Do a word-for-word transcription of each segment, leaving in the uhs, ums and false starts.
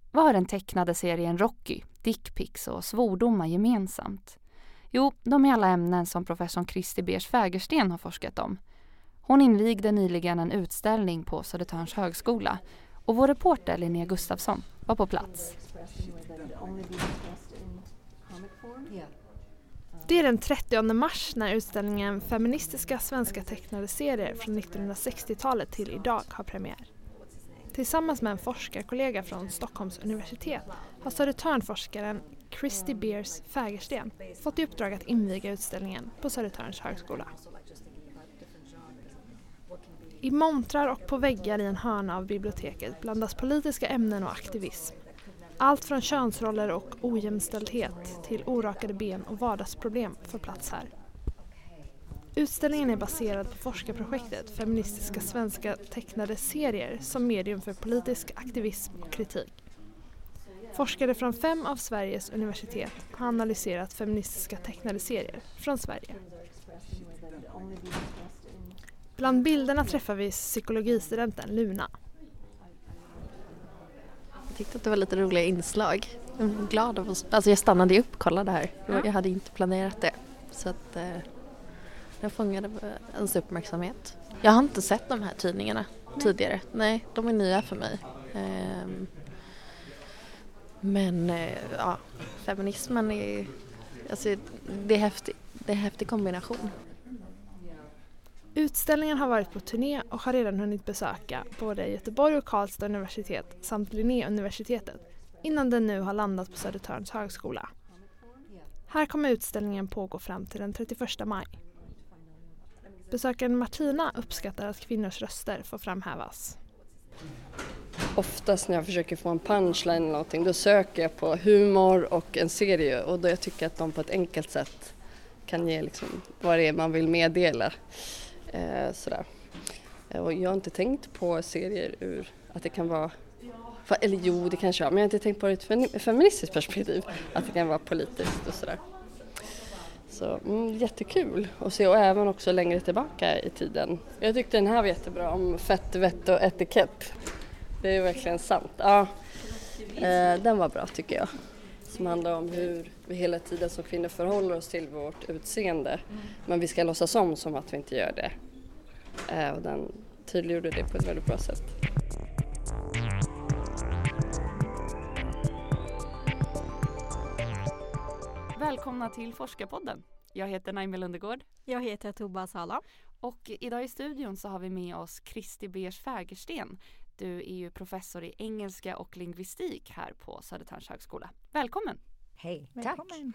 Vad har den tecknade serien Rocky, dickpics och svordomar gemensamt? Jo, de är alla ämnen som professor Christer Beers Fägersten har forskat om. Hon invigde nyligen en utställning på Södertörns högskola och vår reporter Linnea Gustafsson var på plats. Det är den trettionde mars när utställningen Feministiska svenska tecknade serier från nittonhundrasextiotalet till idag har premiär. Tillsammans med en forskarkollega från Stockholms universitet har Södertörnforskaren Christer Beers Fägersten fått i uppdrag att inviga utställningen på Södertörns högskola. I montrar och på väggar i en hörna av biblioteket blandas politiska ämnen och aktivism. Allt från könsroller och ojämställdhet till orakade ben och vardagsproblem får plats här. Utställningen är baserad på forskarprojektet Feministiska svenska tecknade serier som medium för politisk aktivism och kritik. Forskare från fem av Sveriges universitet har analyserat feministiska tecknade serier från Sverige. Bland bilderna träffar vi psykologistudenten Luna. Jag tyckte att det var lite roliga inslag. Jag var glad av oss. Alltså jag stannade upp och kollade här. Jag hade inte planerat det. Så att eh, jag fångade ens uppmärksamhet. Jag har inte sett de här tidningarna Nej. tidigare. Nej, de är nya för mig. Eh, men eh, ja, feminismen är, alltså, det är häftig. Det är en häftig kombination. Utställningen har varit på turné och har redan hunnit besöka både Göteborg och Karlstad universitet samt Linnéuniversitetet innan den nu har landat på Södertörns högskola. Här kommer utställningen pågå fram till den trettioförsta maj. Besökaren Martina uppskattar att kvinnors röster får framhävas. Oftast när jag försöker få en punchline eller någonting, då söker jag på humor och en serie och då jag tycker att de på ett enkelt sätt kan ge liksom vad det är man vill meddela. Eh, sådär. Och jag har inte tänkt på serier ur att det kan vara, eller jo det kanske jag, men jag har inte tänkt på det ur ett feministiskt perspektiv, att det kan vara politiskt och sådär. Så mm, jättekul att se, och även också längre tillbaka i tiden. Jag tyckte den här var jättebra om fett, vett och etikett. Det är verkligen sant. Ja, eh, den var bra tycker jag. Som handlar om hur vi hela tiden som kvinnor förhåller oss till vårt utseende. Mm. Men vi ska låtsas om som att vi inte gör det. Eh, och den tydliggjorde det på ett väldigt bra sätt. Välkomna till Forskarpodden. Jag heter Naime Lundegård. Jag heter Tuba Sala. Och idag i studion så har vi med oss Christer Beers Fägersten. Du är ju professor i engelska och lingvistik här på Södertörns högskola. Välkommen! Hej, Välkommen.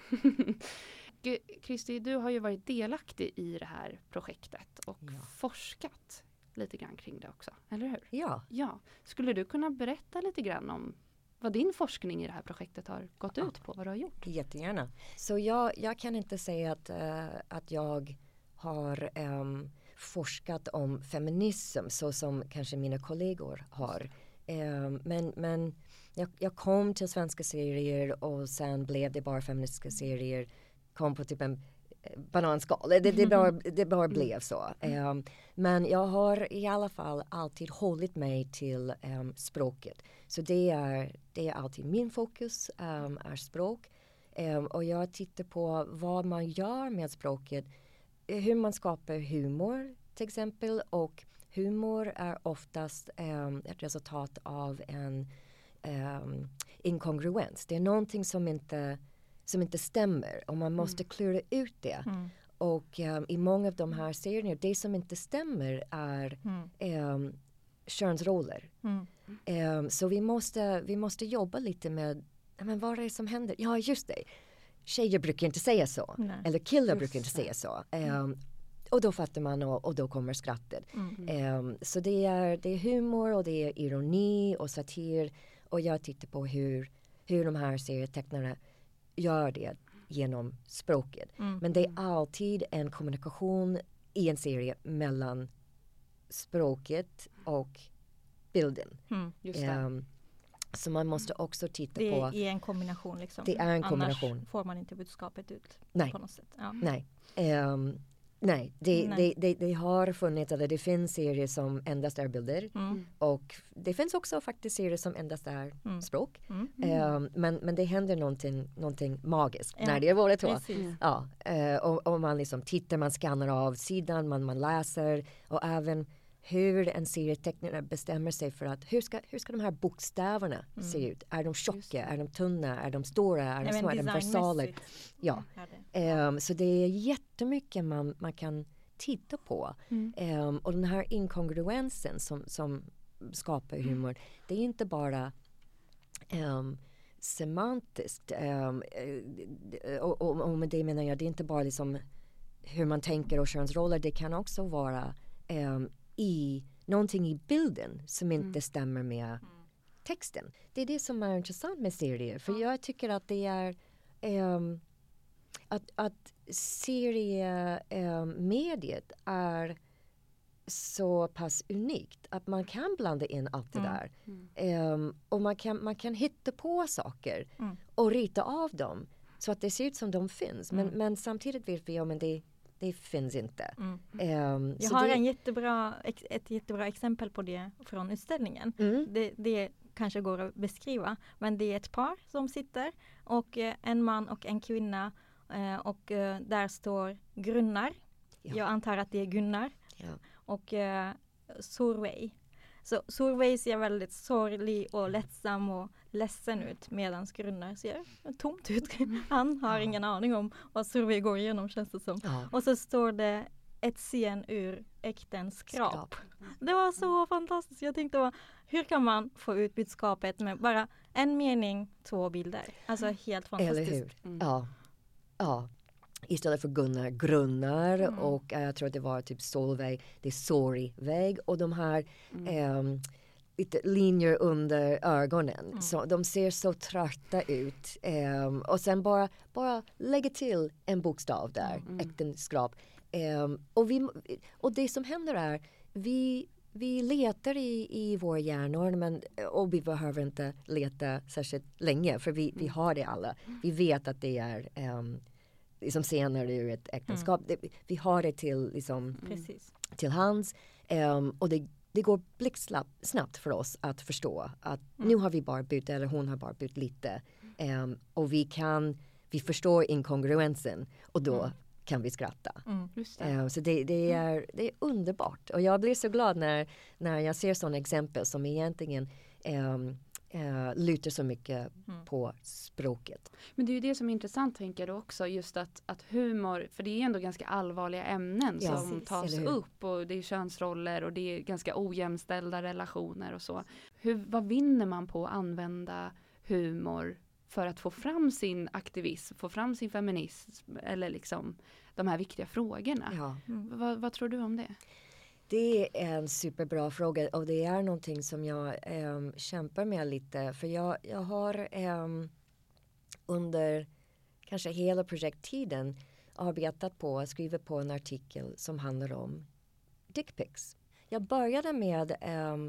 tack! Christer, du har ju varit delaktig i det här projektet och ja. forskat lite grann kring det också, eller hur? Ja. ja. Skulle du kunna berätta lite grann om vad din forskning i det här projektet har gått ut på, vad du har gjort? Jättegärna. Så jag, jag kan inte säga att, uh, att jag har um, forskat om feminism så som kanske mina kollegor har. Um, men men jag, jag kom till svenska serier och sen blev det bara feministiska serier. Kom på typ en bananskal. Det, det, bara, det bara blev så. Um, men jag har i alla fall alltid hållit mig till um, språket. Så det är, det är alltid min fokus, um, är språk. Um, och jag tittar på vad man gör med språket. Hur man skapar humor till exempel. Och humor är oftast um, ett resultat av en um, inkongruens. Det är någonting som inte, som inte stämmer. Och man måste mm. klura ut det. Mm. Och um, i många av de här serierna, det som inte stämmer är mm. um, könsroller. Mm. Um, så vi måste, vi måste jobba lite med, men vad är det som händer? Ja, just det. Tjejer brukar inte säga så. Nej. Eller killar just brukar inte säga så. Um, mm. Och då fattar man och, och då kommer skrattet. Mm. Um, så det är, det är humor och det är ironi och satir. Och jag tittar på hur, hur de här serietecknarna gör det genom språket. Mm. Men det är alltid en kommunikation i en serie mellan språket och bilden. Mm, just det. Um, så man måste också titta det på... Det är en kombination liksom. Det är en kombination. Annars får man inte budskapet ut Nej. på något sätt. Ja. Nej. Um, Nej, det, Nej. Det, det, det har funnits, eller det finns serier som endast är bilder. Mm. Och det finns också faktiskt serier som endast är Mm. språk. Mm. Um, men, men det händer någonting, någonting magiskt Ja, när det är våra två. Precis. Ja, eh, och, och man liksom tittar, man skannar av sidan, man, man läser och även hur en serietecknare bestämmer sig för att hur ska, hur ska de här bokstäverna Mm. se ut? Är de tjocka? Är de tunna? Är de stora? Är de Även små? Är de versaler? designmässigt. Ja. är det. Um, så det är jättemycket man, man kan titta på. Mm. Um, och den här inkongruensen som, som skapar humor, det är inte bara um, semantiskt. Um, och, och, och med det menar jag, det är inte bara liksom hur man tänker och könsroller. Det kan också vara um, i någonting i bilden som inte mm. stämmer med texten. Det är det som är intressant med serier. För jag tycker att det är um, att, att seriemediet um, är så pass unikt att man kan blanda in allt det Mm. där. Mm. Um, och man kan, man kan hitta på saker Mm. och rita av dem så att det ser ut som de finns. Men, Mm. men samtidigt vet vi, ja men det, det finns inte. Mm. Um, Jag så har det, en jättebra, ex- ett jättebra exempel på det från utställningen. mm, Det, det kanske går att beskriva, men det är ett par som sitter och eh, en man och en kvinna eh, och eh, där står Grunnar. Ja. Jag antar att det är Gunnar ja. och eh, Solveig. Så Solveig ser väldigt sorglig och lättsam och ledsen ut medan Grunnar ser tomt ut. Han har ingen aning om vad Solveig går igenom, känns det som. Ja. Och så står det ett scen ur äktenskap. Skrap. Det var så fantastiskt. Jag tänkte bara, hur kan man få ut budskapet med bara en mening, två bilder? Alltså helt fantastiskt. Eller hur? Mm. Ja. Ja. Istället för Gunnar, Grunnar Mm. och äh, jag tror att det var typ Solveig, det är Sorry-väg och de här Mm. ehm, lite linjer under ögonen. Mm. Så de ser så trötta ut. Ehm, och sen bara, bara lägga till en bokstav där, Mm. äktenskap. Ehm, och, vi, och det som händer är, vi, vi letar i, i våra hjärnor men, och vi behöver inte leta särskilt länge för vi, vi har det alla. Vi vet att det är um, liksom senare ur ett äktenskap. Det, vi har det till, liksom, Precis. till hands um, och det, det går blixtsnabbt för oss att förstå att Mm. nu har vi bara bytt eller hon har bara bytt lite um, och vi kan vi förstår inkongruensen och då Mm. kan vi skratta. Mm. Just det. Uh, så det, det, är, det är underbart och jag blir så glad när, när jag ser sådana exempel som egentligen um, uh, lutar så mycket Mm. på språket. Men det är ju det som är intressant, tänker jag också, just att, att humor, för det är ändå ganska allvarliga ämnen Ja, som precis, tas eller hur? upp och det är könsroller och det är ganska ojämställda relationer och så. Hur, vad vinner man på att använda humor för att få fram sin aktivism, få fram sin feminism eller liksom de här viktiga frågorna? Ja. Mm. Vad, vad tror du om det? Det är en superbra fråga och det är någonting som jag um, kämpar med lite. För jag, jag har um, under kanske hela projekttiden arbetat på att skriva på en artikel som handlar om dickpics. Jag började med um,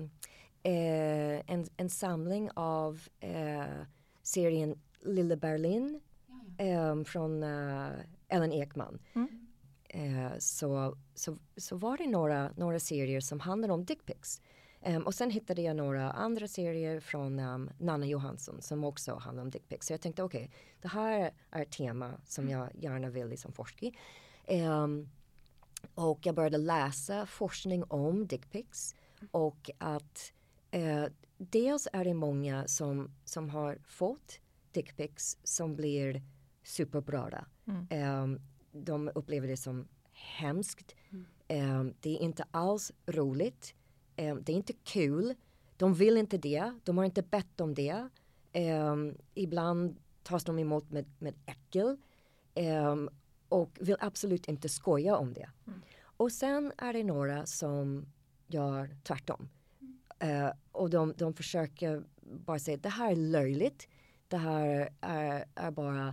eh, en, en samling av eh, serien Lille Berlin um, från uh, Ellen Ekman. Mm. Eh, så, så, så var det några, några serier som handlade om dickpics. Um, och sen hittade jag några andra serier från um, Nanna Johansson som också handlar om dickpics. Så jag tänkte okej, okay, det här är ett tema som jag gärna vill liksom forska i. Um, och jag började läsa forskning om dickpics. Och att uh, dels är det många som, som har fått dickpics som blir superberörda. Mm. Um, de upplever det som hemskt. Mm. Um, det är inte alls roligt. Um, det är inte kul. De vill inte det. De har inte bett om det. Um, ibland tas de emot med, med äckel. Um, och vill absolut inte skoja om det. Mm. Och sen är det några som gör tvärtom. Uh, och de, de försöker bara säga det här är löjligt. Det här är, är bara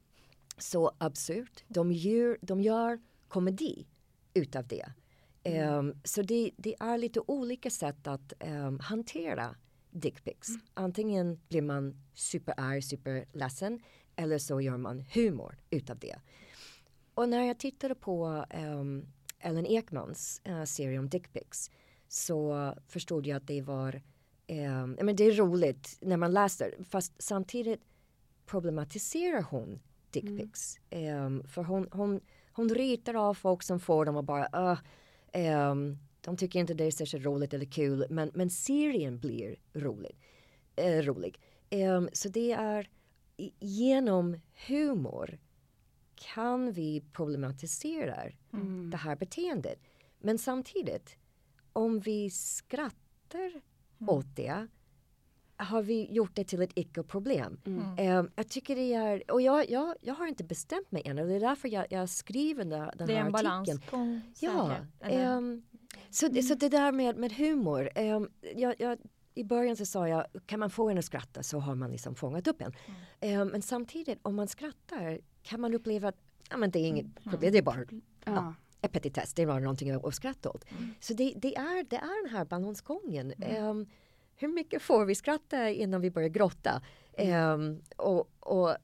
så absurt. De gör, de gör komedi utav det. Mm. Um, så det, det är lite olika sätt att um, hantera dickpics. Mm. Antingen blir man superarg, superledsen eller så gör man humor utav det. Och när jag tittade på um, Ellen Ekmans uh, serie om dick pics så förstod jag att det var um, men det är roligt när man läser fast samtidigt problematiserar hon dick pics. Mm. Um, för hon, hon, hon ritar av folk som får dem och bara uh, um, de tycker inte det är särskilt roligt eller kul men, men serien blir rolig. Uh, rolig. Um, så det är genom humor kan vi problematisera mm. det här beteendet. Men samtidigt, om vi skrattar mm. åt det har vi gjort det till ett icke-problem. Mm. Um, jag tycker det är, och jag, jag, jag har inte bestämt mig än och det är därför jag, jag skriver den, den det här artikeln. Det är en balans. Ja, um, så, mm. så det där med, med humor, um, jag, jag i början så sa jag, kan man få en att skratta så har man liksom fångat upp en. Mm. Um, men samtidigt, om man skrattar kan man uppleva att ja, men det är inget problem, mm. det är bara mm. ja, ett petitess, det är bara någonting att, att skratta åt. Mm. Så det, det, är, det är den här balansgången. Mm. Um, hur mycket får vi skratta innan vi börjar gråta? Mm. Um, och, och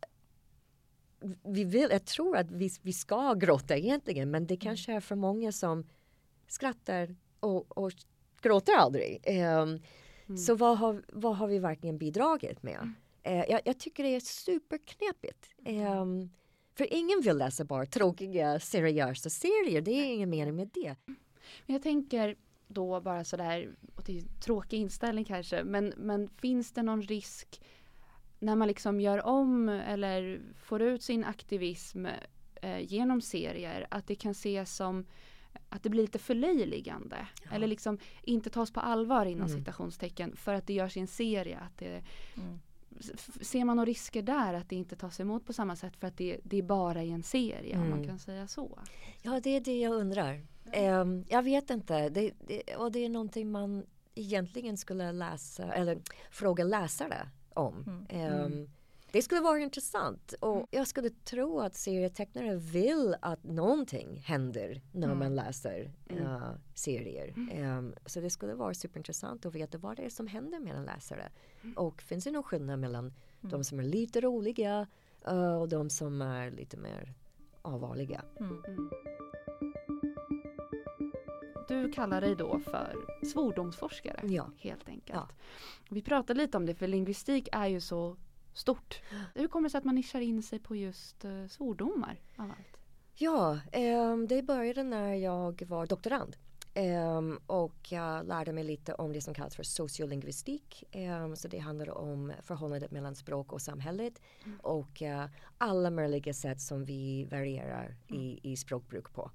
vi vill, jag tror att vi, vi ska gråta egentligen, men det kanske är för många som skrattar och, och gråter aldrig. Um, Mm. Så vad har, vad har vi verkligen bidragit med? Mm. Eh, jag, jag tycker det är superknepigt. Eh, för ingen vill läsa bara tråkiga, seriösa serier. Det är ingen mening med det. Men jag tänker då bara sådär, och det är tråkig inställning kanske, men, men finns det någon risk när man liksom gör om eller får ut sin aktivism eh, genom serier att det kan ses som att det blir lite förlöjligande ja. Eller liksom inte tas på allvar inom mm. citationstecken för att det görs i en serie. Att det, mm. Ser man några risker där att det inte tas emot på samma sätt för att det, det är bara i en serie mm. om man kan säga så? Ja, det är det jag undrar. Mm. Um, jag vet inte. Det, det, och det är någonting man egentligen skulle läsa eller fråga läsare om. Mm. Um, Det skulle vara intressant och jag skulle tro att serietecknare vill att någonting händer när mm. man läser uh, serier. Mm. Um, så det skulle vara superintressant att veta vad det är som händer med en läsare. Mm. Och finns det någon skillnad mellan mm. de som är lite roliga uh, och de som är lite mer allvarliga. Mm. Mm. Du kallar dig då för svordomsforskare ja. helt enkelt. Ja. Vi pratade lite om det för lingvistik är ju så stort. Hur kommer det sig att man nischar in sig på just uh, svordomar av allt? Ja, um, det började när jag var doktorand. Um, och jag lärde mig lite om det som kallas för sociolingvistik. Um, så det handlar om förhållandet mellan språk och samhället. Mm. Och uh, alla möjliga sätt som vi varierar mm. i, i språkbruk på.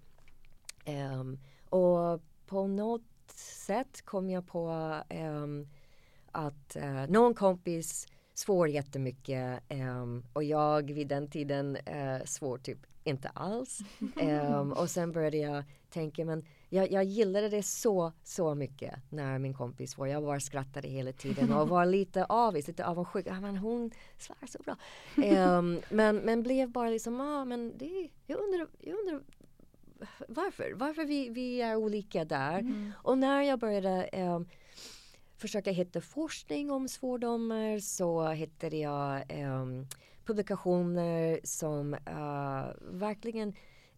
Um, och på något sätt kom jag på um, att uh, någon kompis svår jättemycket um, och jag vid den tiden uh, svår typ inte alls. Um, och sen började jag tänka, men jag, jag gillade det så, så mycket när min kompis var. Jag bara skrattade hela tiden och var lite avis, lite avundsjuk. Ja, men hon svär så bra. Um, men, men blev bara liksom, ah, men det, jag undrar, jag undrar varför? Varför vi, vi är olika där. Mm. Och när jag började um, försöka hitta forskning om svordomar så hittade jag um, publikationer som uh, verkligen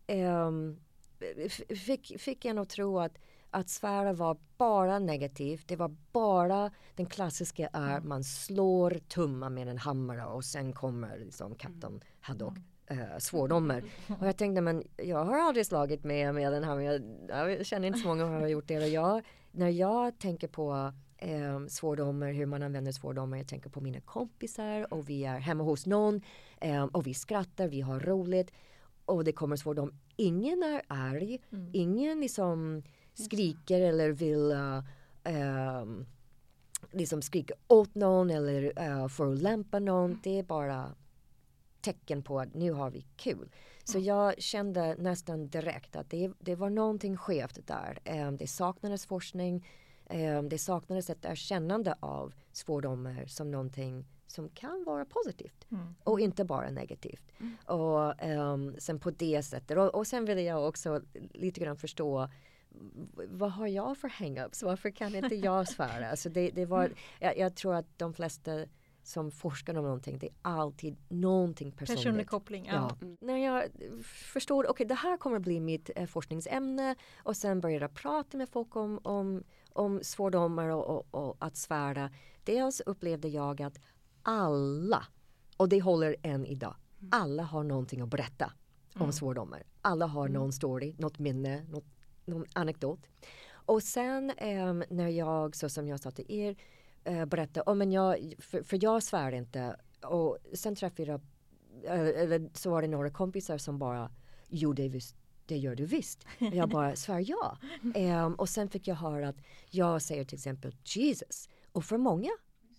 um, fick, fick en att tro att, att svära var bara negativt. Det var bara den klassiska är mm. man slår tumma med en hammare och sen kommer liksom katten Haddock. Mm. Uh, svordomar. Och jag tänkte, men jag har aldrig slagit med med den här. Jag, jag känner inte så många som har gjort det. Och jag, när jag tänker på eh, svordomar, hur man använder svordomar, jag tänker på mina kompisar och vi är hemma hos någon eh, och vi skrattar, vi har roligt och det kommer svordom. Ingen är arg, mm. ingen liksom skriker eller vill uh, um, liksom skrika åt någon eller uh, förolämpa någon. Det är bara tecken på att nu har vi kul. Så jag kände nästan direkt att det, det var någonting skevt där. Um, det saknades forskning. Um, det saknades ett erkännande av svordomar som någonting som kan vara positivt. Mm. Och inte bara negativt. Mm. Och um, sen på det sättet. Och, och sen ville jag också lite grann förstå vad har jag för hang-ups? Varför kan inte jag svära? Alltså det, det var, jag, jag tror att de flesta som forskar om någonting, det är alltid någonting personligt. Personlig koppling, ja. Ja. Mm. När jag förstår, okej okay, det här kommer bli mitt eh, forskningsämne och sen börjar jag prata med folk om, om, om svordomar och, och, och att svära. Dels upplevde jag att alla, och det håller än idag, alla har någonting att berätta om mm. svordomar. Alla har mm. någon story, något minne, något, någon anekdot. Och sen eh, när jag, så som jag sa till er, eh, berättade, oh, men jag, för, för jag svär inte. Och sen träffade jag, eller så var det några kompisar som bara, jo det, visst, det gör du visst. Jag bara, svär ja. Eh, och sen fick jag höra att jag säger till exempel Jesus. Och för många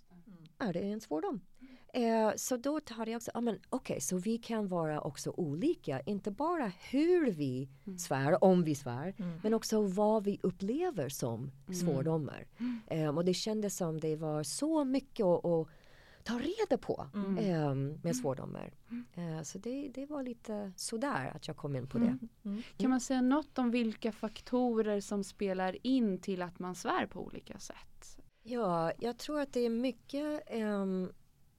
är det en svordom. Eh, så då tar jag också, ah, men okej, okay, så vi kan vara också olika. Inte bara hur vi mm. svär, om vi svär, mm. men också vad vi upplever som mm. svordomar. Mm. Eh, och det kändes som det var så mycket att, att ta reda på mm. eh, med svordomar. Mm. Eh, så det, det var lite sådär att jag kom in på det. Mm. Mm. Kan man säga något om vilka faktorer som spelar in till att man svär på olika sätt? Ja, jag tror att det är mycket um,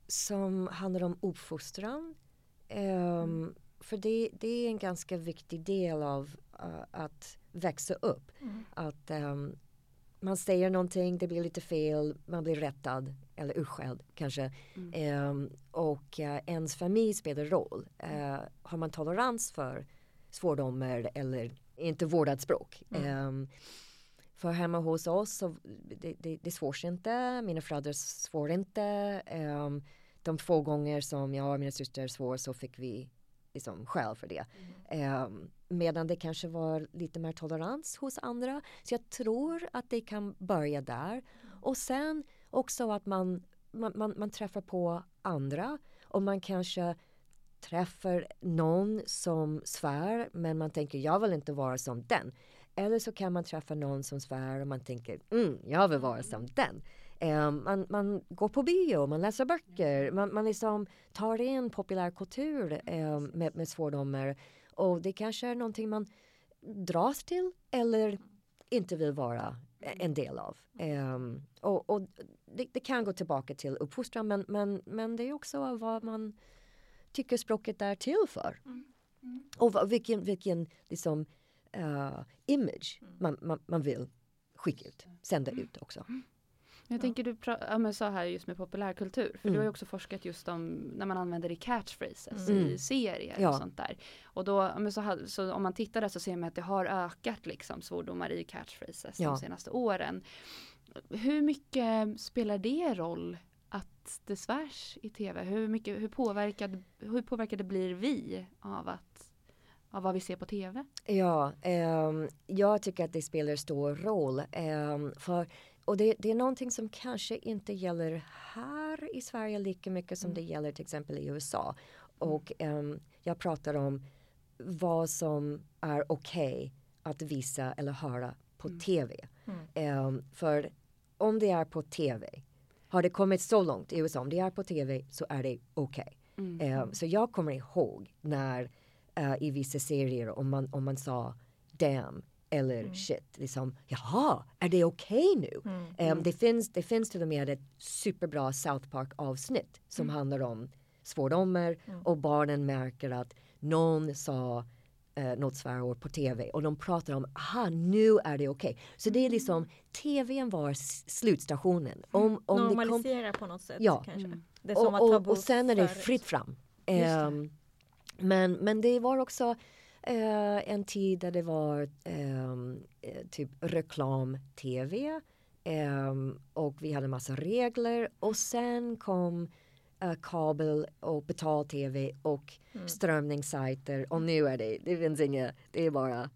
som handlar om uppfostran. Um, mm. För det, det är en ganska viktig del av uh, att växa upp. Mm. Att um, man säger någonting, det blir lite fel, man blir rättad eller urskälld kanske. Mm. Um, och uh, ens familj spelar roll. Uh, har man tolerans för svordomar eller inte vårdat språk? Mm. Um, För hemma hos oss så det, det, det svårs inte. Mina föräldrar svår inte. Um, de få gånger som jag och mina syster svår så fick vi liksom skäl för det. Mm. Um, medan det kanske var lite mer tolerans hos andra. Så jag tror att det kan börja där. Och sen också att man, man, man, man träffar på andra. Och man kanske träffar någon som svär men man tänker jag vill inte vara som den. Eller så kan man träffa någon som svär och man tänker mm, jag vill vara som den. Um, man, man går på bio, man läser böcker, man, man liksom tar in populärkultur um, med, med svordomar. Och det kanske är någonting man dras till eller inte vill vara en del av. Um, och och det, det kan gå tillbaka till uppfostran men, men, men det är också vad man tycker språket är till för. Mm. Mm. Och vilken, vilken liksom, uh, image mm. man, man, man vill skicka ut, sända ut också. Mm. Jag ja. tänker du pra- ja, men så här just med populärkultur. För mm. du har ju också forskat just om när man använder det i catchphrases mm. i serier ja. och sånt där. Och då, ja, men så, så om man tittar där så ser man att det har ökat liksom svordomar i catchphrases ja. de senaste åren. Hur mycket spelar det roll att det svärs i tv? Hur mycket, hur påverkad, hur påverkade blir vi av att av vad vi ser på tv? Ja, um, jag tycker att det spelar stor roll. Um, för, och det, det är någonting som kanske inte gäller här i Sverige lika mycket som mm. det gäller till exempel i U S A. Och um, jag pratar om vad som är okej okay att visa eller höra på mm. tv. Mm. Um, för om det är på tv, har det kommit så långt i U S A, om det är på tv så är det okej. Okay. Mm. Um, så jag kommer ihåg när Uh, i vissa serier om man, om man sa damn eller mm. shit. Liksom, jaha, är det okej okay nu? Mm. Um, det, finns, det finns till och med ett superbra South Park avsnitt som mm. handlar om svordomar mm. och barnen märker att någon sa uh, något svärord på tv och de pratar om, aha, nu är det okej. Okay. Så det är liksom, tvn var s- slutstationen. Om, om Normalisera kom, på något sätt ja. kanske. Mm. Det är som och, att och, och sen är det fritt fram. Um, Men, men det var också eh, en tid där det var eh, typ reklam-tv eh, och vi hade massa regler och sen kom eh, kabel och betal-tv och mm. strömningssajter och nu är det, det finns inga, det är bara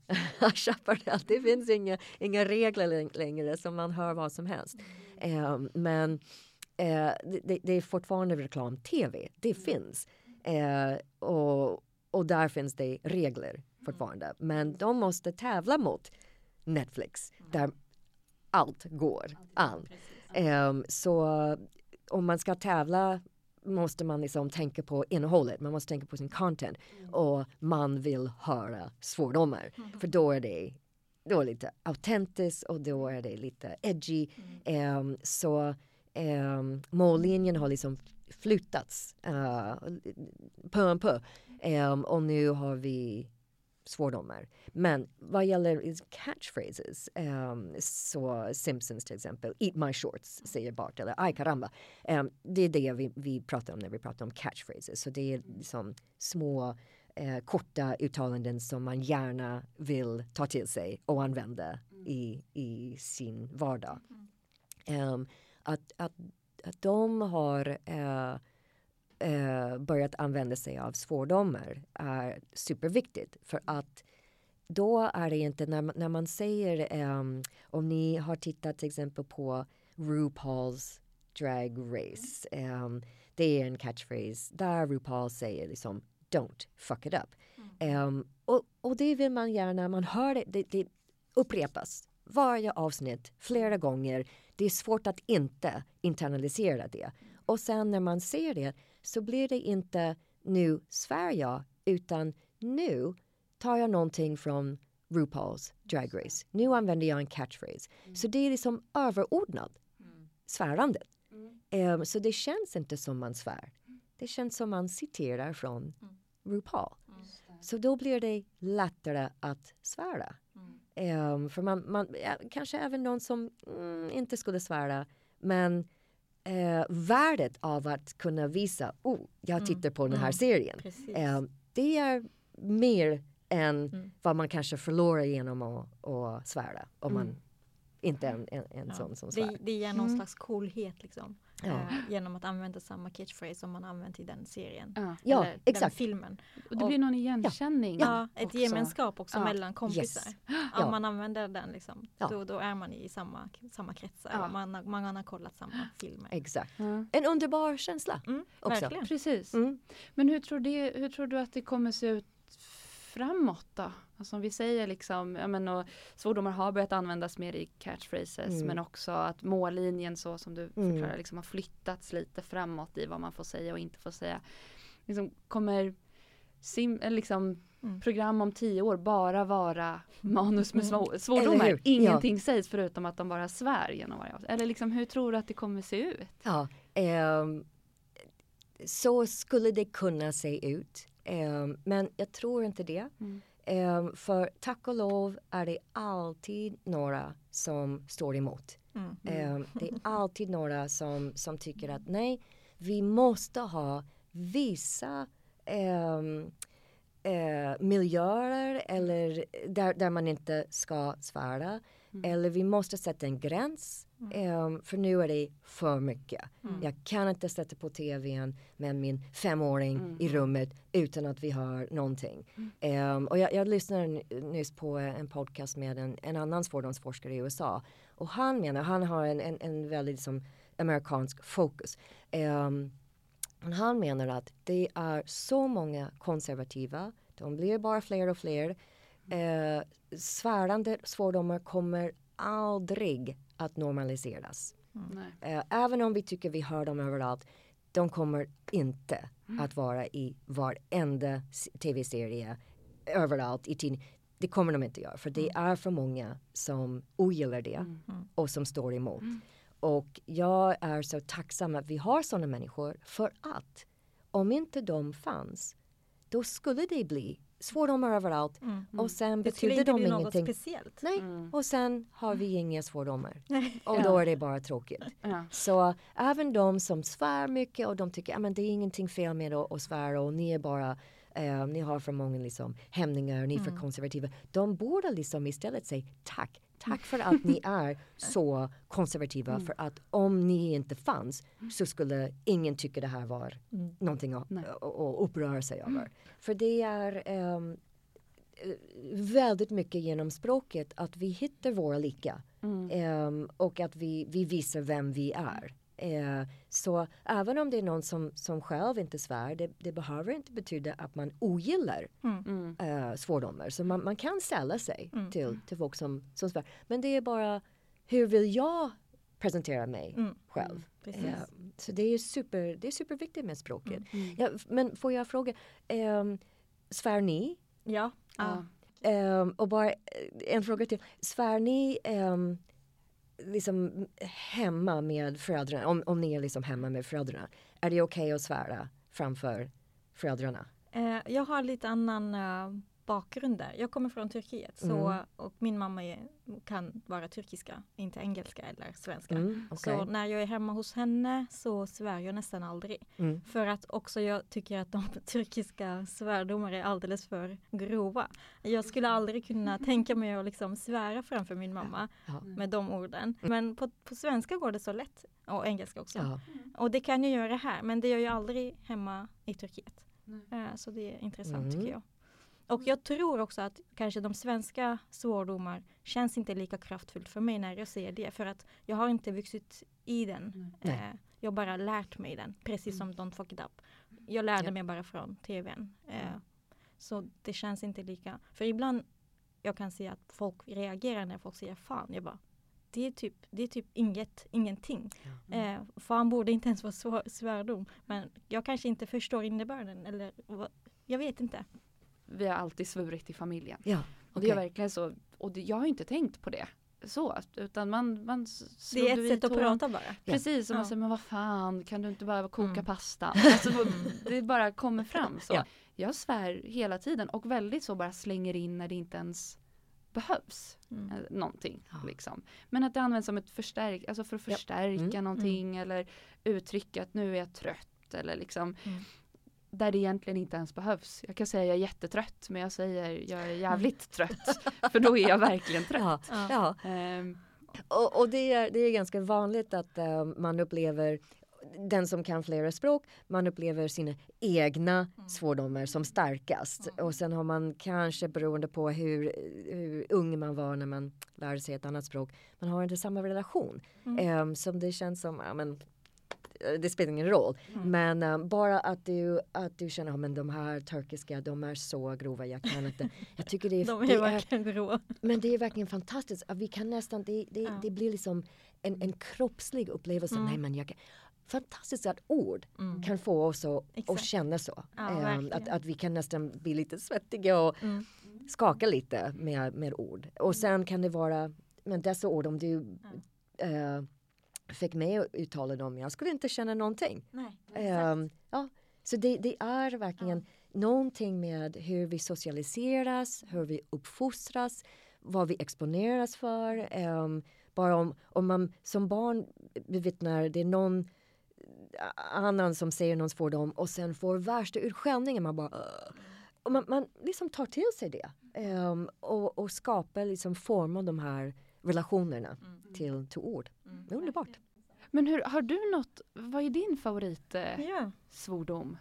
det finns inga, inga regler längre som man hör vad som helst. Eh, men eh, det, det är fortfarande reklam-tv, det finns. Eh, och, och där finns det regler fortfarande. Mm. Men de måste tävla mot Netflix. Mm. Där allt går an. Um, så om man ska tävla måste man liksom tänka på innehållet. Man måste tänka på sin content. Mm. Och man vill höra svordomar. Mm. För då är det då är det lite autentiskt och då är det lite edgy. Mm. Um, så Um, mållinjen har liksom flyttats uh, på en på. Um, och nu har vi svordomar. Men vad gäller catchphrases, um, så Simpsons till exempel, eat my shorts, säger Bart, eller aj karamba. Um, det är det vi, vi pratar om när vi pratar om catchphrases. Så det är liksom små eh, korta uttalanden som man gärna vill ta till sig och använda mm. i, i sin vardag. Mm. Um, att, att, att de har uh, Uh, börjat använda sig av svordomar är superviktigt. För att då är det inte, när, när man säger, um, om ni har tittat till exempel på RuPaul's Drag Race. Um, det är en catchphrase där RuPaul säger liksom don't fuck it up. Mm. Um, och, och det vill man gärna, man hör det, det, det upprepas varje avsnitt flera gånger. Det är svårt att inte internalisera det. Och sen när man ser det så blir det inte nu svär jag, utan nu tar jag någonting från RuPaul's Drag Race. Nu använder jag en catchphrase. Mm. Så det är liksom överordnat mm. svärandet. Mm. Um, så det känns inte som man svär. Det känns som man citerar från mm. RuPaul. Mm. Så då blir det lättare att svära. Mm. Um, för man, man ja, kanske även någon som mm, inte skulle svära, men Uh, värdet av att kunna visa, oh, jag tittar på mm. den här serien. Uh, det är mer än mm. vad man kanske förlorar genom att, att svära. Om mm. man inte är en, en, en ja. sån som svär. Det, det ger någon mm. slags coolhet liksom. Ja. Uh, genom att använda samma catchphrase som man använt i den serien. Ja, ja eller exakt. Den filmen. Och det blir någon igenkänning. Ja, ja ett också. Gemenskap också ja. mellan kompisar. Yes. Om ja. man använder den liksom, ja. då, då är man i samma, samma kretsar. Ja. Och man, man har kollat samma filmer. Exakt. Ja. En underbar känsla. Mm, också. Verkligen. Precis. Mm. Men hur tror, det, hur tror du att det kommer se ut framåt då? Alltså om vi säger liksom, ja men och svordomar har börjat användas mer i catchphrases mm. men också att mållinjen så som du mm. förklarar liksom har flyttats lite framåt i vad man får säga och inte får säga. Liksom kommer sim, liksom mm. program om tio år bara vara manus med svor, svordomar? Ingenting ja. sägs förutom att de bara svär genom varje avsnitt. Eller liksom hur tror du att det kommer se ut? Ja, um, så skulle det kunna se ut. Um, men jag tror inte det. Mm. Um, för tack och lov är det alltid några som står emot. Mm. Mm. Um, det är alltid några som, som tycker att nej, vi måste ha vissa um, uh, miljöer eller där, där man inte ska svära. Mm. Eller vi måste sätta en gräns. Mm. Um, för nu är det för mycket. Mm. Jag kan inte sätta på tvn med min femåring mm. i rummet utan att vi hör någonting. Mm. Um, och jag, jag lyssnade nyss på en podcast med en, en annan svordomsforskare i U S A. Och han menar, han har en, en, en väldigt liksom, amerikansk fokus. Um, han menar att det är så många konservativa. De blir bara fler och fler. Uh, svärande svordomar kommer aldrig att normaliseras. Mm. Uh, även om vi tycker vi hör dem överallt, de kommer inte mm. att vara i varenda tv-serie överallt i tidning. Det kommer de inte göra, för det mm. är för många som ogillar det mm. och som står emot. Mm. Och jag är så tacksam att vi har sådana människor, för att om inte de fanns, då skulle det bli svordomar överallt. Mm, mm. Och sen det betyder de något ingenting. Speciellt. Nej, mm. och sen har vi inga svordomar. Och ja. då är det bara tråkigt. Ja. Så även de som svär mycket och de tycker att ah, det är ingenting fel med att, att svära och ni är bara eh, ni har för många liksom, hämningar, ni är mm. för konservativa. De borde liksom istället säga tack. Tack för att ni är så konservativa. Mm. För att om ni inte fanns så skulle ingen tycka det här var mm. någonting att, att, att uppröra sig över. Mm. För det är um, väldigt mycket genom språket att vi hittar våra lika. Mm. Um, och att vi, vi visar vem vi är. Uh, så även om det är någon som, som själv inte svär, det, det behöver inte betyda att man ogillar mm. uh, svordomar. Så man, man kan ställa sig mm. till, till folk som, som svär. Men det är bara, hur vill jag presentera mig mm. själv? Mm. Uh, så det är, super, det är superviktigt med språket. Mm. Ja, men får jag fråga, um, svär ni? Ja. Uh. Um, och bara en fråga till. Svär ni um, liksom hemma med föräldrarna, om, om ni är liksom hemma med föräldrarna, är det okej okay att svära framför föräldrarna? Eh, jag har lite annan uh, bakgrund där. Jag kommer från Turkiet så, Mm. och min mamma är, kan vara turkiska, inte engelska eller svenska. Mm, okay. Så när jag är hemma hos henne så svär jag nästan aldrig. Mm. För att också jag tycker att de turkiska svärdomar är alldeles för grova. Jag skulle aldrig kunna tänka mig att liksom svära framför min mamma Ja. med de orden. Men på, på svenska går det så lätt. Och engelska också. Ja. Och det kan jag göra här. Men det gör jag aldrig hemma i Turkiet. Uh, så det är intressant Mm. tycker jag. Och jag tror också att kanske de svenska svordomar känns inte lika kraftfullt för mig när jag ser det. För att jag har inte vuxit i den. Nej. Eh, jag har bara lärt mig den. Precis som Don't Fuck It Up. Jag lärde Ja. mig bara från tvn. Eh, så det känns inte lika. För ibland jag kan se att folk reagerar när folk säger fan. Jag bara, det är typ, det är typ inget, ingenting. Eh, fan borde inte ens vara svår, svärdom. Men jag kanske inte förstår innebörden. Eller vad, jag vet inte. Vi har alltid svurit i familjen. Ja, Och det är okej. verkligen så. Och det, jag har ju inte tänkt på det. Så, utan man, man Det är ett sätt att prata bara. Precis, och man Ja. säger, men vad fan, kan du inte bara koka Mm. pasta? Alltså, det bara kommer fram så. Ja. Jag svär hela tiden och väldigt så bara slänger in när det inte ens behövs Mm. eh, någonting. Ja. Liksom. Men att det används som ett förstärk, alltså för att Ja. förstärka Mm. någonting eller uttrycka att nu är jag trött eller liksom Mm. där det egentligen inte ens behövs. Jag kan säga jag är jättetrött men jag säger jag är jävligt trött för då är jag verkligen trött. Ja, Ja. ja. Ehm, Och, och det, är, det är ganska vanligt att eh, man upplever, den som kan flera språk, man upplever sina egna svordomar som starkast. Och sen har man kanske, beroende på hur, hur ung man var när man lärde sig ett annat språk, man har inte samma relation. Mm. Eh, som det känns som, ja men, det spelar ingen roll. Mm. Men eh, bara att du, att du känner, ja men de här turkiska, de är så grova, jag kan inte. Jag tycker det är, De är det är verkligen grova. men det är verkligen fantastiskt. Att vi kan nästan, det, det, Ja. det blir liksom en, en kroppslig upplevelse. Mm. Nej, men jag kan, fantastiskt att ord Mm. kan få oss att, att Exakt. känna så. Ja, Ehm, verkligen. att, att vi kan nästan bli lite svettiga och Mm. skaka lite med, med ord. Och sen kan det vara, men dessa ord, om du eh, fick mig att uttala dem, jag skulle inte känna någonting. Nej, Ehm, ja, så det, det är verkligen någonting med hur vi socialiseras, hur vi uppfostras, vad vi exponeras för. Ehm, bara om, om man som barn bevittnar, det är någon annan som säger någon svordom och sen får värsta utskällningen, man bara "Ugh." Och man, man liksom tar till sig det ehm, och, och skapar liksom formar de här relationerna till, till ord. Det är underbart. men hur, har du något, vad är din favorit eh, Ja. svordom?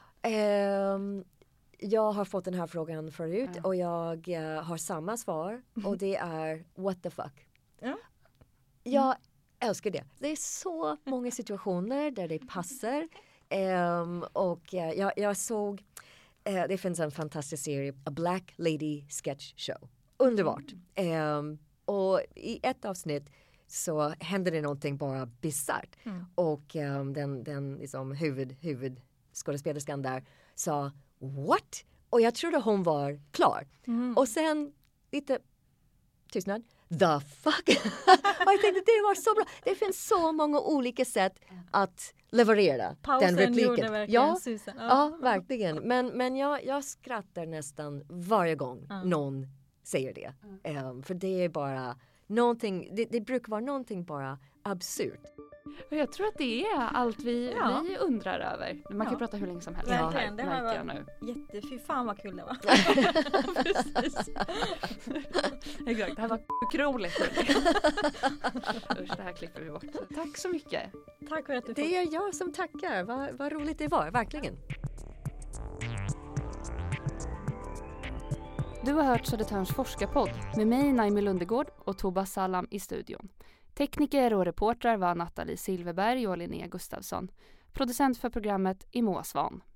Ehm, jag har fått den här frågan förut Ja. och jag eh, har samma svar och det är what the fuck. Ja. Jag älskar det. Det är så många situationer där det passar. Ehm, och eh, jag, jag såg, eh, det finns en fantastisk serie, A Black Lady Sketch Show. Underbart. Ehm, och i ett avsnitt så händer det någonting bara bisarrt. Mm. Och ehm, den, den liksom huvud, huvudskådespelerskan där sa what? Och jag trodde hon var klar. Mm. Och sen lite tystnad. The fuck? Och jag tänkte det var så bra. Det finns så många olika sätt att leverera Pausen den repliken. gjorde verkligen Ja, susen. ja, verkligen. Men, men jag, jag skrattar nästan varje gång Ja. någon säger det. Ehm, för det är bara någonting, det, det brukar vara någonting bara absurt. Och jag tror att det är allt vi, Ja. vi undrar över. Man kan Ja. prata hur länge som helst. Verkligen, här, det här märker jag var- nu. Jätte, fy fan vad kul det var. Precis. Exakt, det här var roligt. Usch, det här klipper vi bort. Tack så mycket. Tack för att du Det fick. är jag som tackar. Vad, vad roligt det var, verkligen. Du har hört Södertörns forskarpodd med mig Naimi Lundegård och Tobias Salam i studion. Tekniker och reportrar var Nathalie Silverberg och Linnea Gustafsson. Producent för programmet är Moa Svan.